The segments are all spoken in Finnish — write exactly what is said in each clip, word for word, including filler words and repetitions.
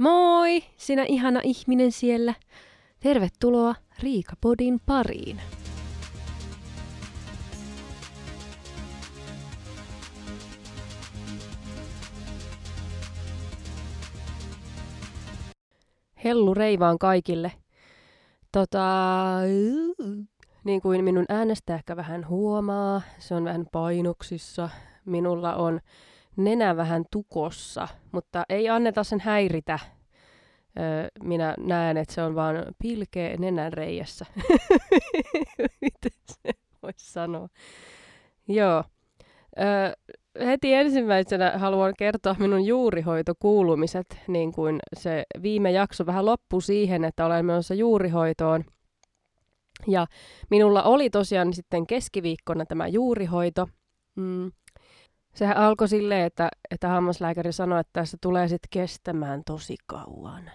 Moi, sinä ihana ihminen siellä. Tervetuloa Riikapodin pariin. Hellu reivaan kaikille. Tota, niin kuin minun äänestä ehkä vähän huomaa, se on vähän painoksissa. Minulla on nenä vähän tukossa, mutta ei anneta sen häiritä. Öö, minä näen, että se on vaan pilkeä nenän reiässä. Miten se voisi sanoa? Joo. Öö, heti ensimmäisenä haluan kertoa minun juurihoitokuulumiset. Niin kuin se viime jakso vähän loppui siihen, että olen menossa juurihoitoon. Ja minulla oli tosiaan sitten keskiviikkona tämä juurihoito. Mm. Sehän alkoi silleen, että, että hammaslääkäri sanoi, että tässä tulee sitten kestämään tosi kauan.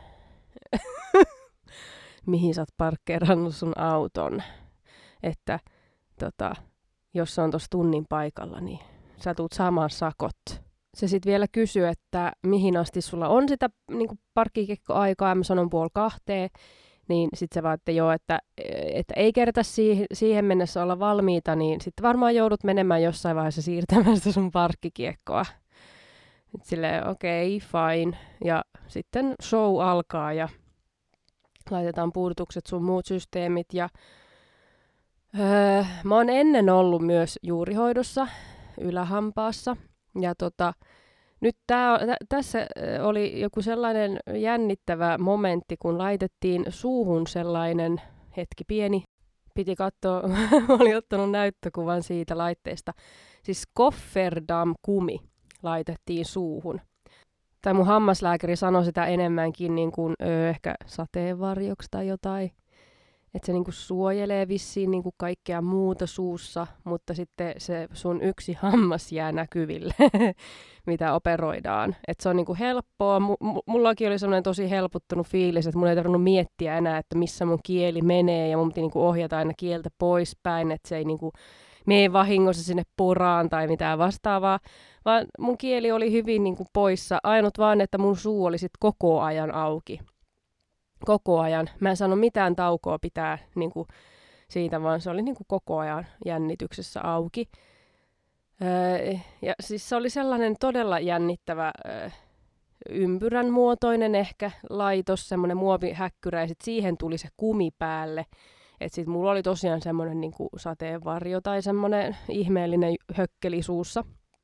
Mihin sä oot parkkeerannut sun auton. Että tota, jos se on tuossa tunnin paikalla, niin sä tuut saamaan sakot. Se sitten vielä kysyy, että mihin asti sulla on sitä niin parkkikekkoaikaa, mä sanon puoli kahteen. Niin sitten se vaan, että joo, että, että ei kerta siihen, siihen mennessä olla valmiita, niin sitten varmaan joudut menemään jossain vaiheessa siirtämään sitä sun parkkikiekkoa. Silleen okei, okay, fine. Ja sitten show alkaa ja laitetaan puudutukset sun muut systeemit. Ja, öö, mä oon ennen ollut myös juurihoidossa ylähampaassa. Ja tota, nyt tää, tä, tässä oli joku sellainen jännittävä momentti, kun laitettiin suuhun sellainen hetki pieni. Piti katsoa, oli ottanut näyttökuvan siitä laitteesta. Siis Kofferdam-kumi laitettiin suuhun. Tai mun hammaslääkäri sanoi sitä enemmänkin niin kuin, ö, ehkä sateenvarjoksi tai jotain. Että se niinku suojelee vissiin niinku kaikkea muuta suussa, mutta sitten se sun yksi hammas jää näkyville, mitä operoidaan. Et se on niinku helppoa. M- mullakin oli semmoinen tosi helpottunut fiilis, että mun ei tarvinnut miettiä enää, että missä mun kieli menee. Ja mun piti niinku ohjata aina kieltä poispäin, että se ei niinku mene vahingossa sinne poraan tai mitään vastaavaa. Vaan mun kieli oli hyvin niinku poissa. Ainut vaan, että mun suu oli sit koko ajan auki. Koko ajan. Mä en sano mitään taukoa pitää niin kuin siitä, vaan se oli niin kuin koko ajan jännityksessä auki. Öö, ja siis se oli sellainen todella jännittävä öö, ympyrän muotoinen ehkä laitos, semmoinen muovihäkkyrä, ja sit siihen tuli se kumi päälle. Et sit mulla oli tosiaan semmoinen niin kuin sateenvarjo tai semmoinen ihmeellinen hökkeli suussa.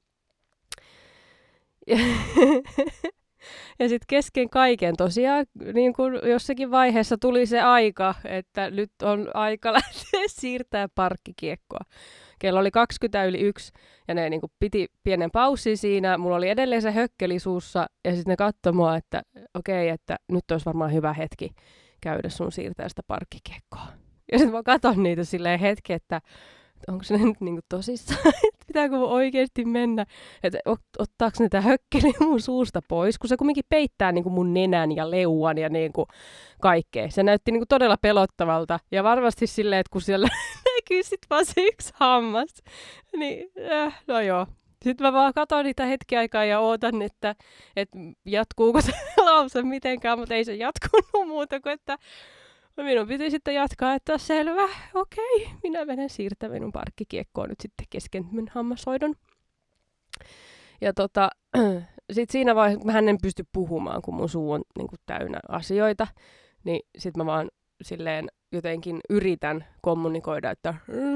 Ja sitten kesken kaiken tosiaan niin kun jossakin vaiheessa tuli se aika, että nyt on aika lähteä siirtää parkkikiekkoa. Kello oli kaksikymmentä yli yksi ja ne niin kun piti pienen paussin siinä. Mulla oli edelleen se hökkeli suussa ja sitten ne katsoi mua, että okei, okay, että nyt olisi varmaan hyvä hetki käydä sun siirtää sitä parkkikiekkoa. Ja sitten mä katson niitä silleen hetki, että onko se nyt niinku tosissaan, että pitääkö mun oikeasti mennä, että ottaako ne tää hökkeli mun suusta pois, kun se kumminkin peittää niinku mun nenän ja leuan ja niinku kaikkea. Se näytti niinku todella pelottavalta ja varmasti silleen, että kun siellä näkyy sit vaan se yksi hammas, niin äh, no joo. Sitten mä vaan katson niitä hetki aikaa ja ootan, että, että jatkuuko se lause mitenkään, mutta ei se jatkunut muuta kuin, että minun piti sitten jatkaa, että selvä, okei, minä menen siirtämään minun parkkikiekkoon nyt sitten kesken minun hammashoidon. Ja tota, sitten siinä vaiheessa, mä en pysty puhumaan, kun mun suu on niin kuin täynnä asioita, niin sitten mä vaan silleen jotenkin yritän kommunikoida, että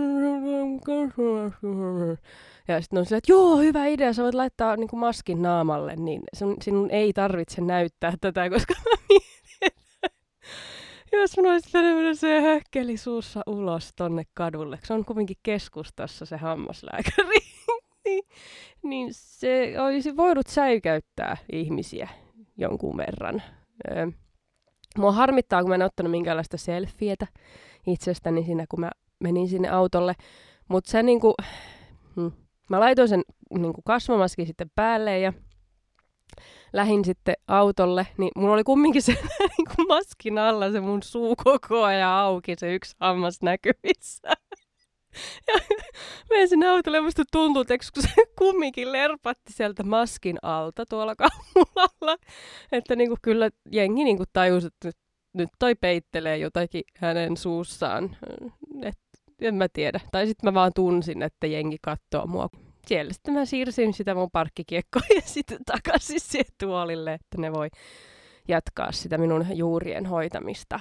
ja sitten on silleen, että joo, hyvä idea, sä voit laittaa niin kuin maskin naamalle, niin sun, sinun ei tarvitse näyttää tätä, koska mä mietin, jos mun olisi mennä se hökkeli suussa ulos tonne kadulle, se on kuitenkin keskustassa se hammaslääkäri, niin, niin se olisi voinut säikäyttää ihmisiä jonkun verran. Öö, mua harmittaa, kun mä en ottanut minkäänlaista selfietä itsestäni siinä, kun mä menin sinne autolle, mutta se niinku, hm, mä laitoin sen niinku kasvomaskin sitten päälle ja lähin sitten autolle, niin mulla oli kumminkin se niin kuin maskin alla se mun suu koko ajan auki, se yksi hammas näkyvissä. Ja menin sinne autolle ja musta tuntuu, että kun se kumminkin lerpatti sieltä maskin alta tuolla kammulalla. Että niinku kyllä jengi niinku tajusi, että nyt, nyt toi peittelee jotakin hänen suussaan. Et, en mä tiedä. Tai sitten mä vaan tunsin, että jengi katsoo mua. Siellä sitten mä siirsin sitä mun parkkikiekkoa ja sitten takaisin siihen tuolille, että ne voi jatkaa sitä minun juurien hoitamista.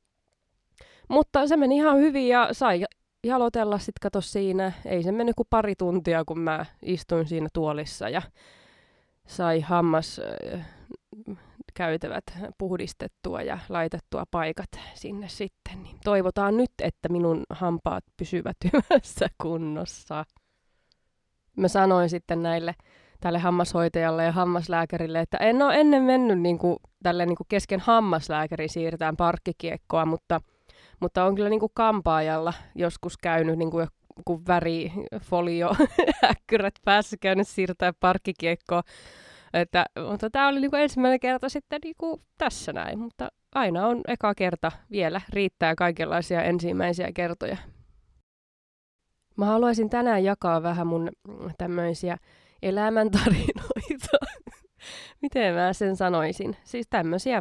Mutta se meni ihan hyvin ja sai jalotella sitten kato siinä. Ei se mennyt kuin pari tuntia, kun mä istuin siinä tuolissa ja sai hammas äh, käytävät puhdistettua ja laitettua paikat sinne sitten. Niin toivotaan nyt, että minun hampaat pysyvät hyvässä kunnossa. Mä sanoin sitten näille tälle hammashoitajalle ja hammaslääkärille, että en ole ennen mennyt niin kuin, tälle niin kuin kesken hammaslääkärin siirretään parkkikiekkoa, mutta, mutta on kyllä niin kuin kampaajalla joskus käynyt niin kuin joku värifolio äkkyrät päässä käynyt siirtää parkkikiekkoa. Että, mutta tämä oli niin kuin ensimmäinen kerta sitten niin kuin tässä näin, mutta aina on eka kerta vielä, riittää kaikenlaisia ensimmäisiä kertoja. Mä haluaisin tänään jakaa vähän mun tämmöisiä elämäntarinoita. Miten mä sen sanoisin? Siis tämmöisiä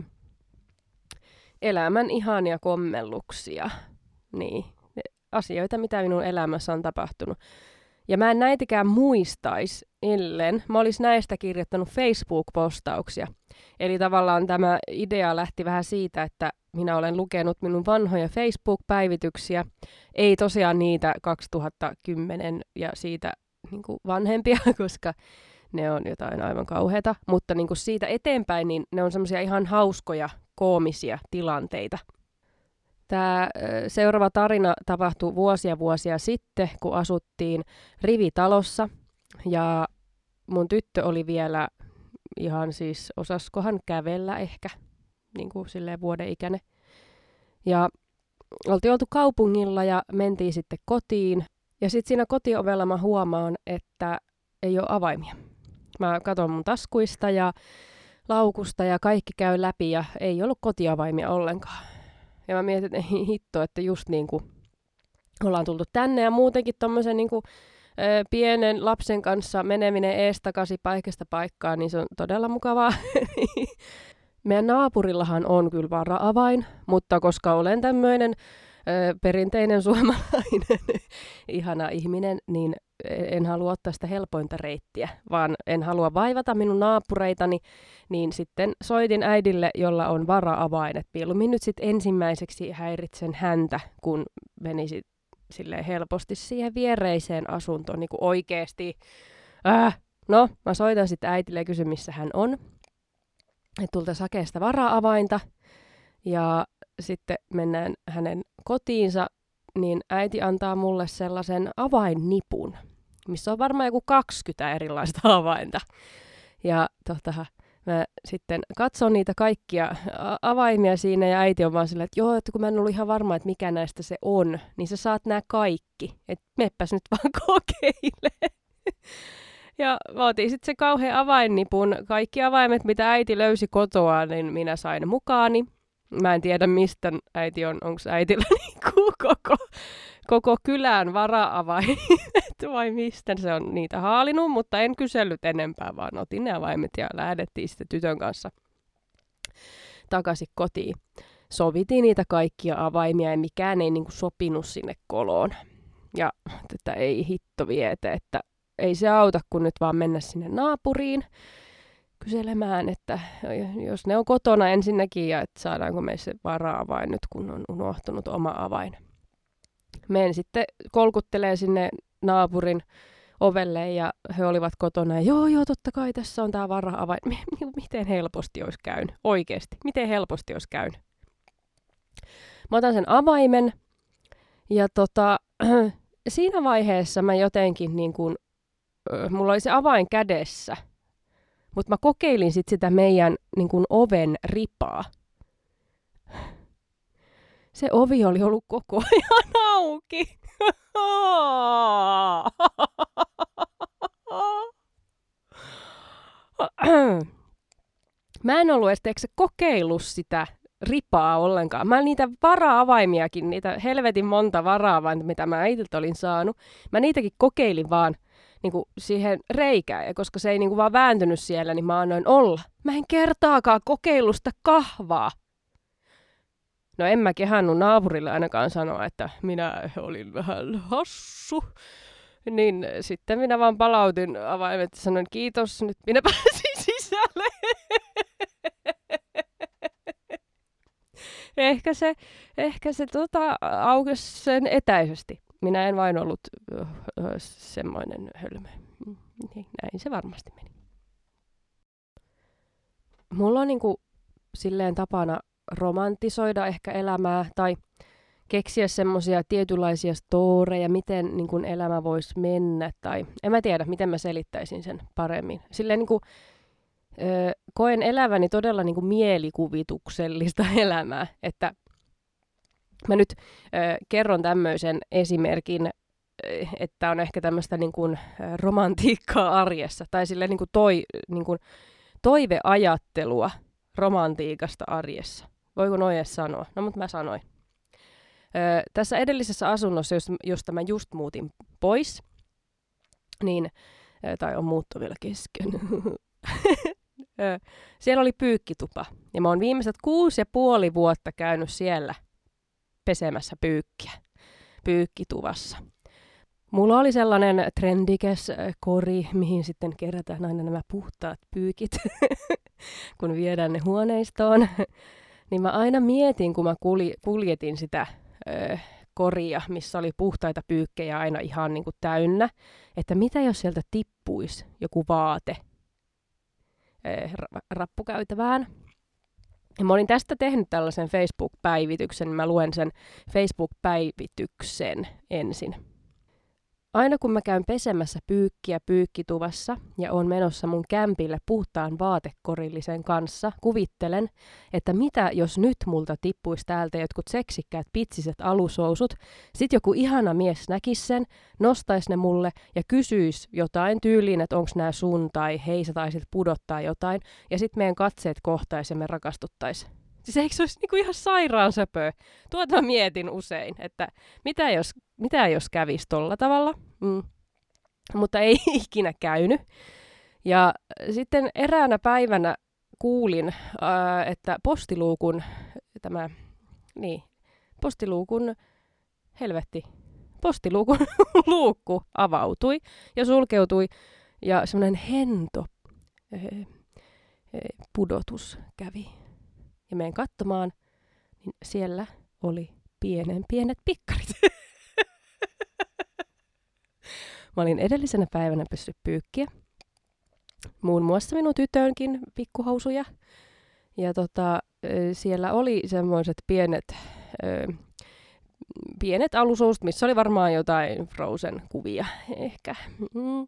elämän ihania kommelluksia. Niin, asioita, mitä minun elämässä on tapahtunut. Ja mä en näitäkään muistais, illen mä olis näistä kirjoittanut Facebook-postauksia. Eli tavallaan tämä idea lähti vähän siitä, että minä olen lukenut minun vanhoja Facebook-päivityksiä. Ei tosiaan niitä kaksituhattakymmenen ja siitä niin kuin vanhempia, koska ne on jotain aivan kauheata. Mutta niin kuin siitä eteenpäin, niin ne on semmoisia ihan hauskoja, koomisia tilanteita. Tämä seuraava tarina tapahtui vuosia vuosia sitten, kun asuttiin rivitalossa. Ja mun tyttö oli vielä ihan siis, osaskohan kävellä ehkä, niin kuin silleen vuoden ikäinen. Ja oltiin oltu kaupungilla ja mentiin sitten kotiin. Ja sitten siinä kotiovella mä huomaan, että ei ole avaimia. Mä katson mun taskuista ja laukusta ja kaikki käy läpi ja ei ollut kotiavaimia ollenkaan. Ja mä mietin, että ei hitto, että just niin kuin ollaan tultu tänne ja muutenkin tommosen niin kuin, ö, pienen lapsen kanssa meneminen ees takaisin paikasta paikkaan, niin se on todella mukavaa. Meidän naapurillahan on kyllä vara-avain, mutta koska olen tämmöinen ö, perinteinen suomalainen ihana ihminen, niin en halua ottaa sitä helpointa reittiä, vaan en halua vaivata minun naapureitani, niin sitten soitin äidille, jolla on vara-avain, että mieluummin nyt sitten ensimmäiseksi häiritsen häntä, kun menisi silleen helposti siihen viereiseen asuntoon niin kuin oikeasti. Äh, no, mä soitan sitten äitille ja kysyn, missä hän on. Että tultaisiin hakemaan sitä vara-avainta ja sitten mennään hänen kotiinsa, niin äiti antaa mulle sellaisen avainnipun, missä on varmaan joku kaksikymmentä erilaista avainta. Ja tota, mä sitten katson niitä kaikkia avaimia siinä ja äiti on vaan silleen, että joo, että kun mä en ollut ihan varma, että mikä näistä se on, niin sä saat nää kaikki. Että meppä nyt vaan kokeile. Ja mä otin sitten se kauhean avainnipun. Kaikki avaimet, mitä äiti löysi kotoa, niin minä sain mukaani. Mä en tiedä, mistä äiti on, onko äitillä niinku koko, koko kylän vara-avaimet vai mistä se on niitä haalinut, mutta en kysellyt enempää, vaan otin ne avaimet ja lähdettiin sitten tytön kanssa takaisin kotiin. Sovitin niitä kaikkia avaimia ja mikään ei niinku sopinut sinne koloon. Ja tätä ei hitto viete, että ei se auta, kun nyt vaan mennä sinne naapuriin kyselemään, että jos ne on kotona ensinnäkin ja että saadaanko meissä vara-avain nyt, kun on unohtunut oma avain. Menen sitten kolkuttelee sinne naapurin ovelle ja he olivat kotona ja joo, joo, totta kai tässä on tää vara-avain. Miten helposti olisi käynyt? Oikeesti, miten helposti olisi käynyt? Mä otan sen avaimen ja tota, siinä vaiheessa mä jotenkin niin kuin, mulla oli se avain kädessä. Mutta mä kokeilin sit sitä meidän niin kun oven ripaa. Se ovi oli ollut koko ajan auki. Mä en ollut edes kokeillut sitä ripaa ollenkaan. Mä niitä vara-avaimiakin, niitä helvetin monta vara-avainta, mitä mä äitiltä olin saanut, mä niitäkin kokeilin vaan niinku siihen reikään, ja koska se ei niinku vaan vääntynyt siellä, niin mä annoin olla. Mä en kertaakaan kokeilusta kahvaa. No en mä kehannut naapurille ainakaan sanoa, että minä olin vähän hassu. Niin sitten minä vaan palautin avaimet ja sanoin kiitos, nyt minä pääsin sisälle. Ehkä se, ehkä se tota, aukesi sen etäisesti. Minä en vain ollut uh, uh, semmoinen hölmö. Niin, näin se varmasti meni. Mulla on niinku silleen tapana romantisoida ehkä elämää tai keksiä semmoisia tietynlaisia storeja, miten niin kun elämä voisi mennä. Tai en mä tiedä, miten mä selittäisin sen paremmin. Silleen niin kuin, ö, koen eläväni todella niin kuin mielikuvituksellista elämää. Että mä nyt ö, kerron tämmöisen esimerkin, että on ehkä tämmöistä niin kuin romantiikkaa arjessa. Tai silleen niin kuin toi, niin kuin toiveajattelua romantiikasta arjessa. Voiko noin edes sanoa? No, mutta mä sanoin. Öö, tässä edellisessä asunnossa, josta mä just muutin pois, niin, öö, tai on muutto vielä kesken, öö, siellä oli pyykkitupa. Ja mä oon viimeiset kuusi ja puoli vuotta käynyt siellä pesemässä pyykkiä, pyykkituvassa. Mulla oli sellainen trendikäs kori, mihin sitten kerätään aina nämä puhtaat pyykit, kun viedään ne huoneistoon. Niin mä aina mietin, kun mä kuljetin sitä ö, koria, missä oli puhtaita pyykkejä aina ihan niin kuin täynnä, että mitä jos sieltä tippuisi joku vaate ö, rappukäytävään. Ja mä olin tästä tehnyt tällaisen Facebook-päivityksen, mä luen sen Facebook-päivityksen ensin. Aina kun mä käyn pesemässä pyykkiä pyykkituvassa ja oon menossa mun kämpille puhtaan vaatekorillisen kanssa, kuvittelen, että mitä jos nyt multa tippuisi täältä jotkut seksikkäät pitsiset alushousut, sit joku ihana mies näkis sen, nostais ne mulle ja kysyis jotain tyyliin, että onks nää sun tai hei sä taisit pudottaa jotain, ja sit meidän katseet kohtais ja me rakastuttais. Siis eikö se olisi niinku ihan sairaan söpöä? Tuota mä mietin usein, että mitä jos, mitä jos kävisi tolla tavalla, mm. mutta ei ikinä käynyt. Ja sitten eräänä päivänä kuulin, ää, että postiluukun, tämä, niin, postiluukun, helvetti, postiluukun luukku avautui ja sulkeutui ja semmoinen hento ää, pudotus kävi. Ja menen katsomaan, niin siellä oli pienen pienet pikkarit. Mä olin edellisenä päivänä pessyt pyykkiä. Muun muassa minun tytönkin pikkuhousuja. Ja tota, siellä oli semmoiset pienet, ö, pienet alushousut, missä oli varmaan jotain Frozen-kuvia ehkä. Mm.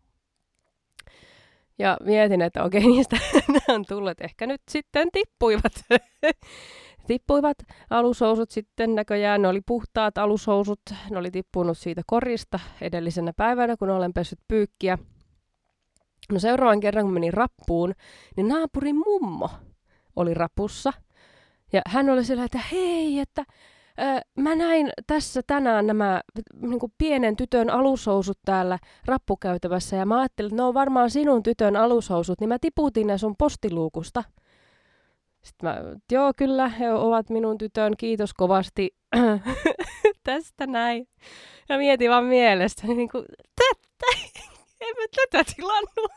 Ja mietin, että okei, niistä nämä on tullut. Ehkä nyt sitten tippuivat. tippuivat alushousut sitten näköjään. Ne oli puhtaat alushousut. Ne oli tippunut siitä korista edellisenä päivänä, kun olen pessyt pyykkiä. No seuraavan kerran, kun menin rappuun, niin naapurin mummo oli rapussa. Ja hän oli sillä, että hei, että Öö, mä näin tässä tänään nämä niin kuin pienen tytön alushousut täällä rappukäytävässä ja mä ajattelin, että ne on varmaan sinun tytön alushousut, niin mä tiputin ne sun postiluukusta. Sitten mä, joo kyllä, he ovat minun tytön, kiitos kovasti tästä näin. Ja mietin vaan mielestäni, niin kuin, tätä, en mä tätä tilannut.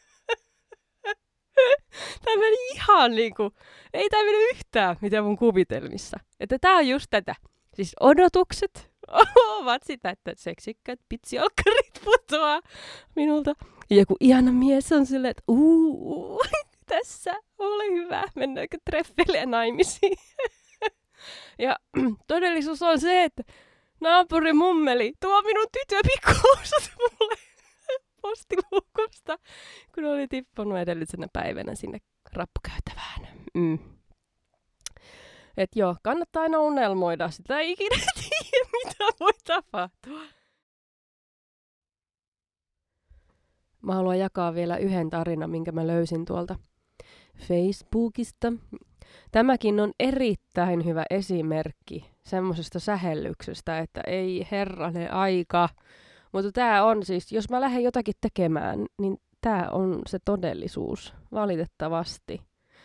Tämä meni ihan niinku, ei tämä meni yhtään mitä mun kuvitelmissa. Että tää on just tätä. Siis odotukset ovat sitä, että seksikkäät pitsialkkarit putoaa minulta. Ja joku ihana mies on silleen, että uuu, tässä, ole hyvä, mennäänkö treffeille naimisiin. Ja todellisuus on se, että naapuri mummeli tuo minun tytön pikkuhousut mulle postiluukusta, kun oli tippunut edellisenä päivänä sinne rappukäytävään. Mm. Et joo, kannattaa aina unelmoida. Sitä ei ikinä tiedä, mitä voi tapahtua. Mä haluan jakaa vielä yhden tarinan, minkä mä löysin tuolta Facebookista. Tämäkin on erittäin hyvä esimerkki semmoisesta sähellyksestä, että ei herranen aika. Mutta tämä on siis, jos mä lähden jotakin tekemään, niin tämä on se todellisuus, valitettavasti.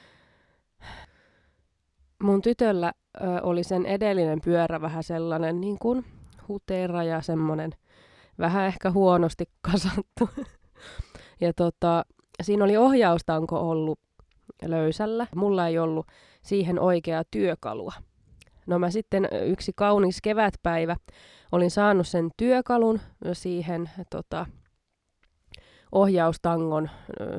Mun tytöllä ö, oli sen edellinen pyörä vähän sellainen niin kuin hutera ja semmoinen vähän ehkä huonosti kasattu. Ja tota, siinä oli ohjaustanko ollut löysällä. Mulla ei ollut siihen oikeaa työkalua. No mä sitten yksi kaunis kevätpäivä olin saanut sen työkalun siihen tota, ohjaustangon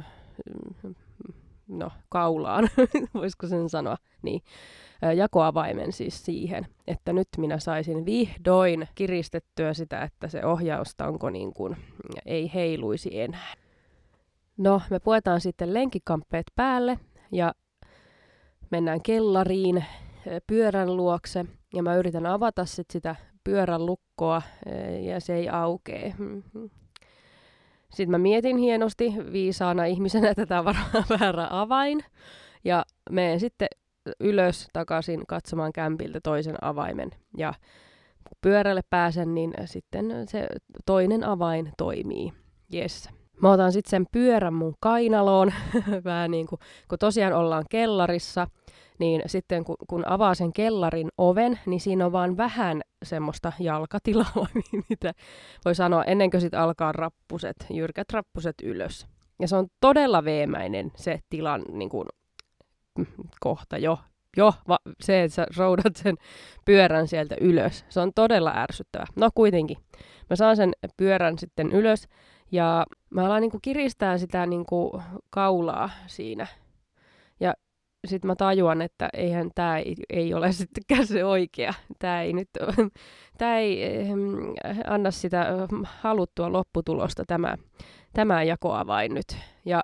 no, kaulaan, voisiko sen sanoa, niin jakoavaimen siis siihen, että nyt minä saisin vihdoin kiristettyä sitä, että se ohjaustanko niin kuin ei heiluisi enää. No, me puetaan sitten lenkikamppeet päälle ja mennään kellariin pyörän luokse ja mä yritän avata sit sitä pyörän lukkoa ja se ei aukee. Sitten mä mietin hienosti viisaana ihmisenä, että tämä on varmaan väärä avain ja menen sitten ylös takaisin katsomaan kämpiltä toisen avaimen ja kun pyörälle pääsen, niin sitten se toinen avain toimii. Yes. Mä otan sitten sen pyörän mun kainaloon, vähän niin kuin, kun tosiaan ollaan kellarissa, niin sitten kun, kun avaa sen kellarin oven, niin siinä on vaan vähän semmoista jalkatilaa, mitä voi sanoa, ennen kuin sitten alkaa rappuset, jyrkät rappuset ylös. Ja se on todella veemäinen se tilan niin kuin, kohta jo. Jo, va, se, että sä roudat sen pyörän sieltä ylös. Se on todella ärsyttävä. No kuitenkin. Mä saan sen pyörän sitten ylös ja mä alan niinku kiristää sitä niinku kaulaa siinä. Ja sit mä tajuan, että eihän tää ei, ei ole sittenkään se oikea. Tää ei nyt tää ei eh, anna sitä haluttua lopputulosta tämä, tämä jakoavain nyt. Ja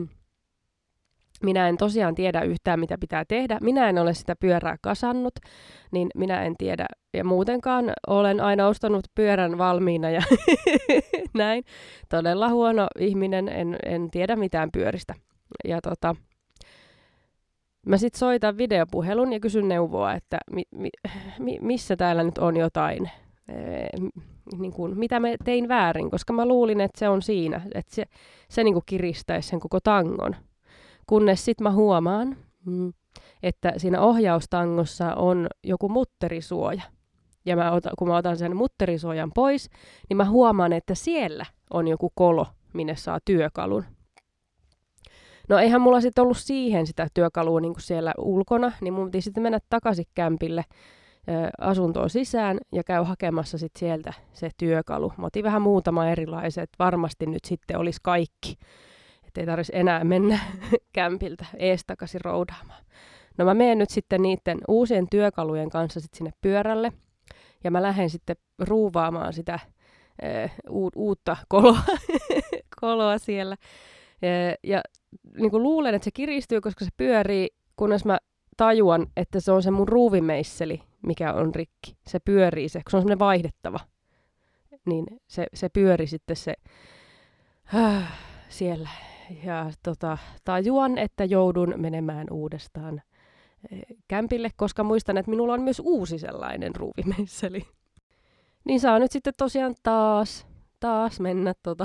minä en tosiaan tiedä yhtään, mitä pitää tehdä. Minä en ole sitä pyörää kasannut, niin minä en tiedä. Ja muutenkaan olen aina ostanut pyörän valmiina ja näin. Todella huono ihminen, en, en tiedä mitään pyöristä. Ja tota, mä sit soitan videopuhelun ja kysyn neuvoa, että mi, mi, mi, missä täällä nyt on jotain, ee, niin kuin, mitä mä tein väärin, koska mä luulin, että se on siinä, että se, se niin kuin kiristäisi sen koko tangon. Kunnes sitten mä huomaan, mm, että siinä ohjaustangossa on joku mutterisuoja. Ja mä otan, kun mä otan sen mutterisuojan pois, niin mä huomaan, että siellä on joku kolo, minne saa työkalun. No eihän mulla sitten ollut siihen sitä työkalua niin kuin siellä ulkona, niin mun piti sitten mennä takaisin kämpille ä, asuntoon sisään ja käy hakemassa sitten sieltä se työkalu. Mä otin vähän muutama erilaiset, varmasti nyt sitten olisi kaikki. Että ei tarvitsisi enää mennä kämpiltä ees takaisin roudaamaan. No mä menen nyt sitten niiden uusien työkalujen kanssa sit sinne pyörälle. Ja mä lähden sitten ruuvaamaan sitä e, u, uutta koloa, koloa siellä. E, ja niin kuin luulen, että se kiristyy, koska se pyörii, kunnes mä tajuan, että se on se mun ruuvimeisseli, mikä on rikki. Se pyörii se, kun se on semmoinen vaihdettava. Niin se, se pyörii sitten se äh, siellä. Ja tota, tajuan, että joudun menemään uudestaan e, kämpille, koska muistan, että minulla on myös uusi sellainen ruuvimeisseli. Niin saa nyt sitten tosiaan taas, taas mennä tota,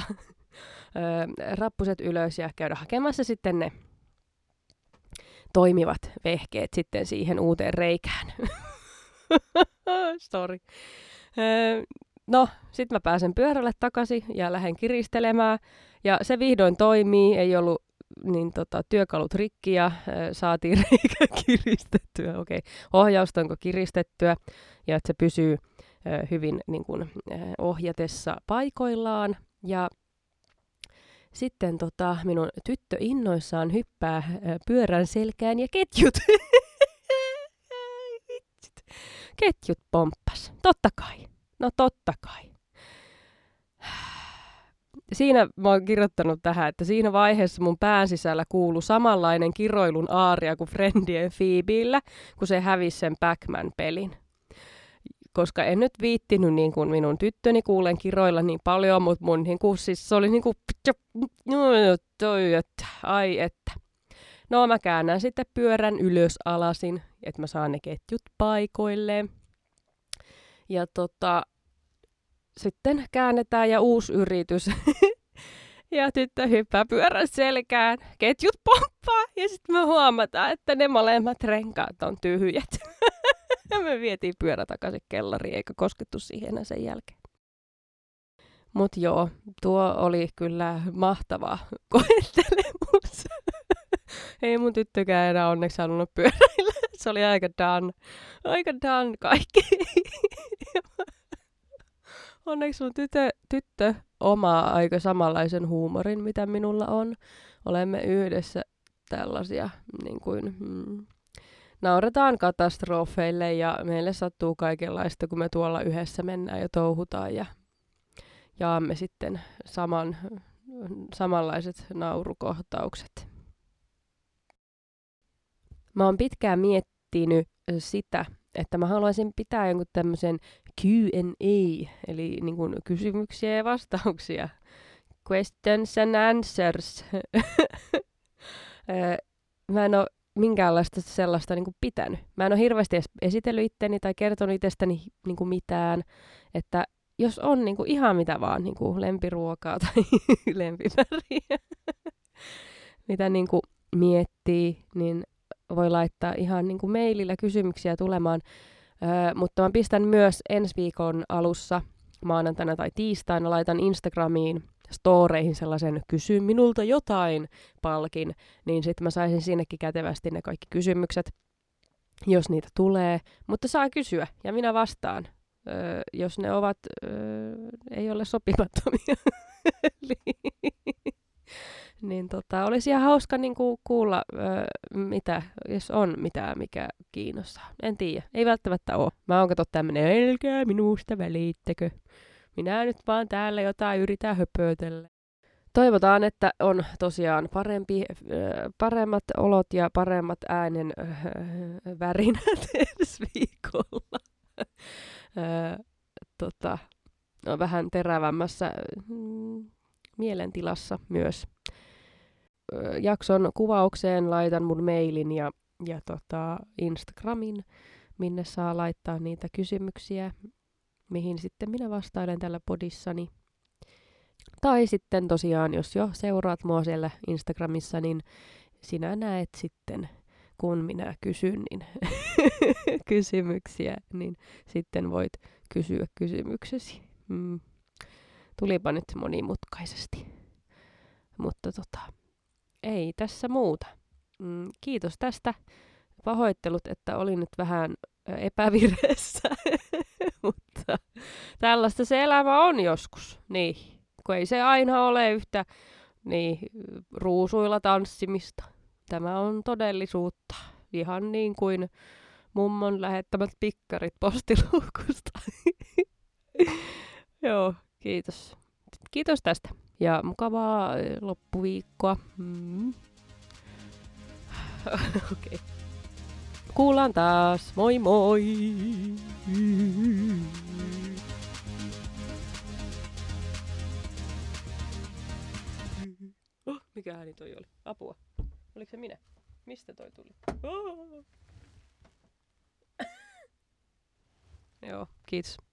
ö, rappuset ylös ja käydä hakemassa sitten ne toimivat vehkeet sitten siihen uuteen reikään. Sorry. Ö, no, sitten mä pääsen pyörälle takaisin ja lähden kiristelemään. Ja se vihdoin toimii, ei ollut niin, tota, työkalut rikki ja äh, saatiin reikä kiristettyä. Okei, okay. Ohjaustanko kiristettyä ja että se pysyy äh, hyvin niin kun, äh, ohjatessa paikoillaan. Ja sitten tota, minun tyttö innoissaan hyppää äh, pyörän selkään ja ketjut. ketjut pomppas. Totta kai. No totta kai. Siinä mä oon kirjoittanut tähän, että siinä vaiheessa mun pään sisällä kuului samanlainen kiroilun aaria kuin Friendien Phoebellä, kun se hävisi sen Pac-Man-pelin. Koska en nyt viittinyt niin kuin minun tyttöni kuulen kiroilla niin paljon, mutta mun niin kuin, siis se oli niin kuin, ai että. No mä käännän sitten pyörän ylös alasin, että mä saan ne ketjut paikoilleen. Ja tota, sitten käännetään ja uusi yritys. Ja tyttö hyppää pyörän selkään, ketjut pomppaa ja sitten me huomataan, että ne molemmat renkaat on tyhjät. Ja me vietiin pyörä takaisin kellariin eikä koskettu siihen sen jälkeen. Mut joo, tuo oli kyllä mahtava koettelemus. Ei mun tyttökään enää onneksi halunnut pyöräillä. Se oli aika done. Aika done kaikki. Onneksi mun tytö, tyttö omaa aika samanlaisen huumorin, mitä minulla on. Olemme yhdessä tällaisia, niin kuin, hmm, nauretaan katastrofeille ja meille sattuu kaikenlaista, kun me tuolla yhdessä mennään ja touhutaan ja jaamme sitten saman, samanlaiset naurukohtaukset. Mä oon pitkään miettinyt sitä, että mä haluaisin pitää jonkun tämmöisen Q and A, eli niin kuin kysymyksiä ja vastauksia. Questions and answers. Mä en ole minkäänlaista sellaista niin kuin pitänyt. Mä en ole hirveästi edes esitellyt itteni tai kertonut itsestäni niin kuin mitään. Että jos on niin kuin ihan mitä vaan, niin kuin lempiruokaa tai lempiväriä, mitä niin kuin miettii, niin voi laittaa ihan niin kuin mailillä kysymyksiä tulemaan. Öö, mutta mä pistän myös ensi viikon alussa, maanantaina tai tiistaina, laitan Instagramiin storeihin sellaisen kysy minulta jotain palkin, niin sitten mä saisin sinnekin kätevästi ne kaikki kysymykset, jos niitä tulee. Mutta saa kysyä ja minä vastaan, öö, jos ne ovat, öö, ei ole sopimattomia. Niin tota, olisi ihan hauska niinku kuulla, öö, mitä, jos on mitään, mikä kiinnostaa. En tiedä, ei välttämättä ole. Mä oon kato tämmönen, älkää minusta välittäkö. Minä nyt vaan täällä jotain yritän höpötellä. Toivotaan, että on tosiaan parempi, öö, paremmat olot ja paremmat äänen öö, värinät ensi viikolla. öö, tota, on vähän terävämmässä mm, mielentilassa myös. Jakson kuvaukseen laitan mun mailin ja, ja tota Instagramin, minne saa laittaa niitä kysymyksiä, mihin sitten minä vastailen tällä podissani. Tai sitten tosiaan, jos jo seuraat mua siellä Instagramissa, niin sinä näet sitten, kun minä kysyn niin kysymyksiä, niin sitten voit kysyä kysymyksesi. Mm. Tulipa nyt monimutkaisesti, mutta tota... Ei tässä muuta. Mm, kiitos tästä. Pahoittelut, että olin nyt vähän epävireessä, mutta tällaista se elämä on joskus. Niin, kun ei se aina ole yhtä niin, ruusuilla tanssimista. Tämä on todellisuutta. Ihan niin kuin mummon lähettämät pikkarit postiluukusta. Joo, kiitos. Kiitos tästä. Ja mukavaa loppuviikkoa. Mm. Okei. Okay. Kuullaan taas. Moi moi! Oh, mikä ääni toi oli? Apua. Oliko se minä? Mistä toi tuli? Oh. Joo, kiitos.